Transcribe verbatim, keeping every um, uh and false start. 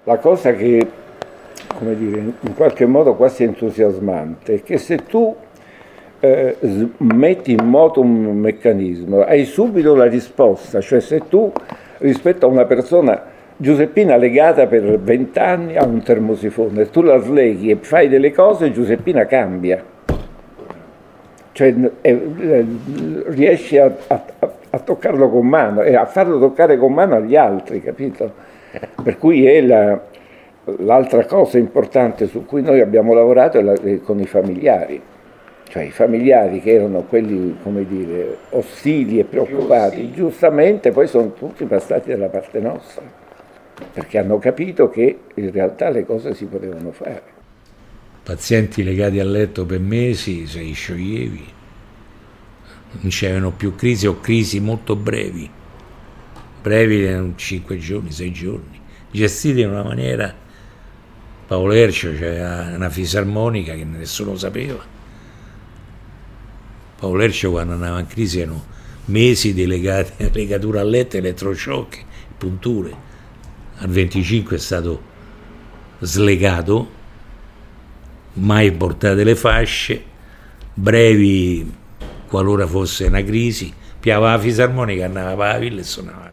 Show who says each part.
Speaker 1: La cosa che, come dire, in qualche modo quasi entusiasmante è che se tu eh, metti in moto un meccanismo, hai subito la risposta, cioè se tu rispetto a una persona Giuseppina legata per vent'anni a un termosifone, tu la sleghi e fai delle cose, Giuseppina cambia. Cioè eh, riesci a, a, a toccarlo con mano e a farlo toccare con mano agli altri, capito? Per cui è la, l'altra cosa importante su cui noi abbiamo lavorato è, la, è con i familiari. Cioè i familiari che erano quelli, come dire, ostili e preoccupati, giustamente poi sono tutti passati dalla parte nostra, perché hanno capito che in realtà le cose si potevano fare.
Speaker 2: Pazienti legati a letto per mesi, se li scioglievi, non c'erano più crisi o crisi molto brevi, brevi erano cinque giorni, sei giorni, gestiti in una maniera. Paolo Ercio c'era una fisarmonica che nessuno sapeva. Paolo Ercio quando andava in crisi erano mesi di legate, legatura a letto, elettroshock, punture. Al venticinque è stato slegato, mai portate le fasce, brevi qualora fosse una crisi, piava la fisarmonica, andava a la villa e suonava.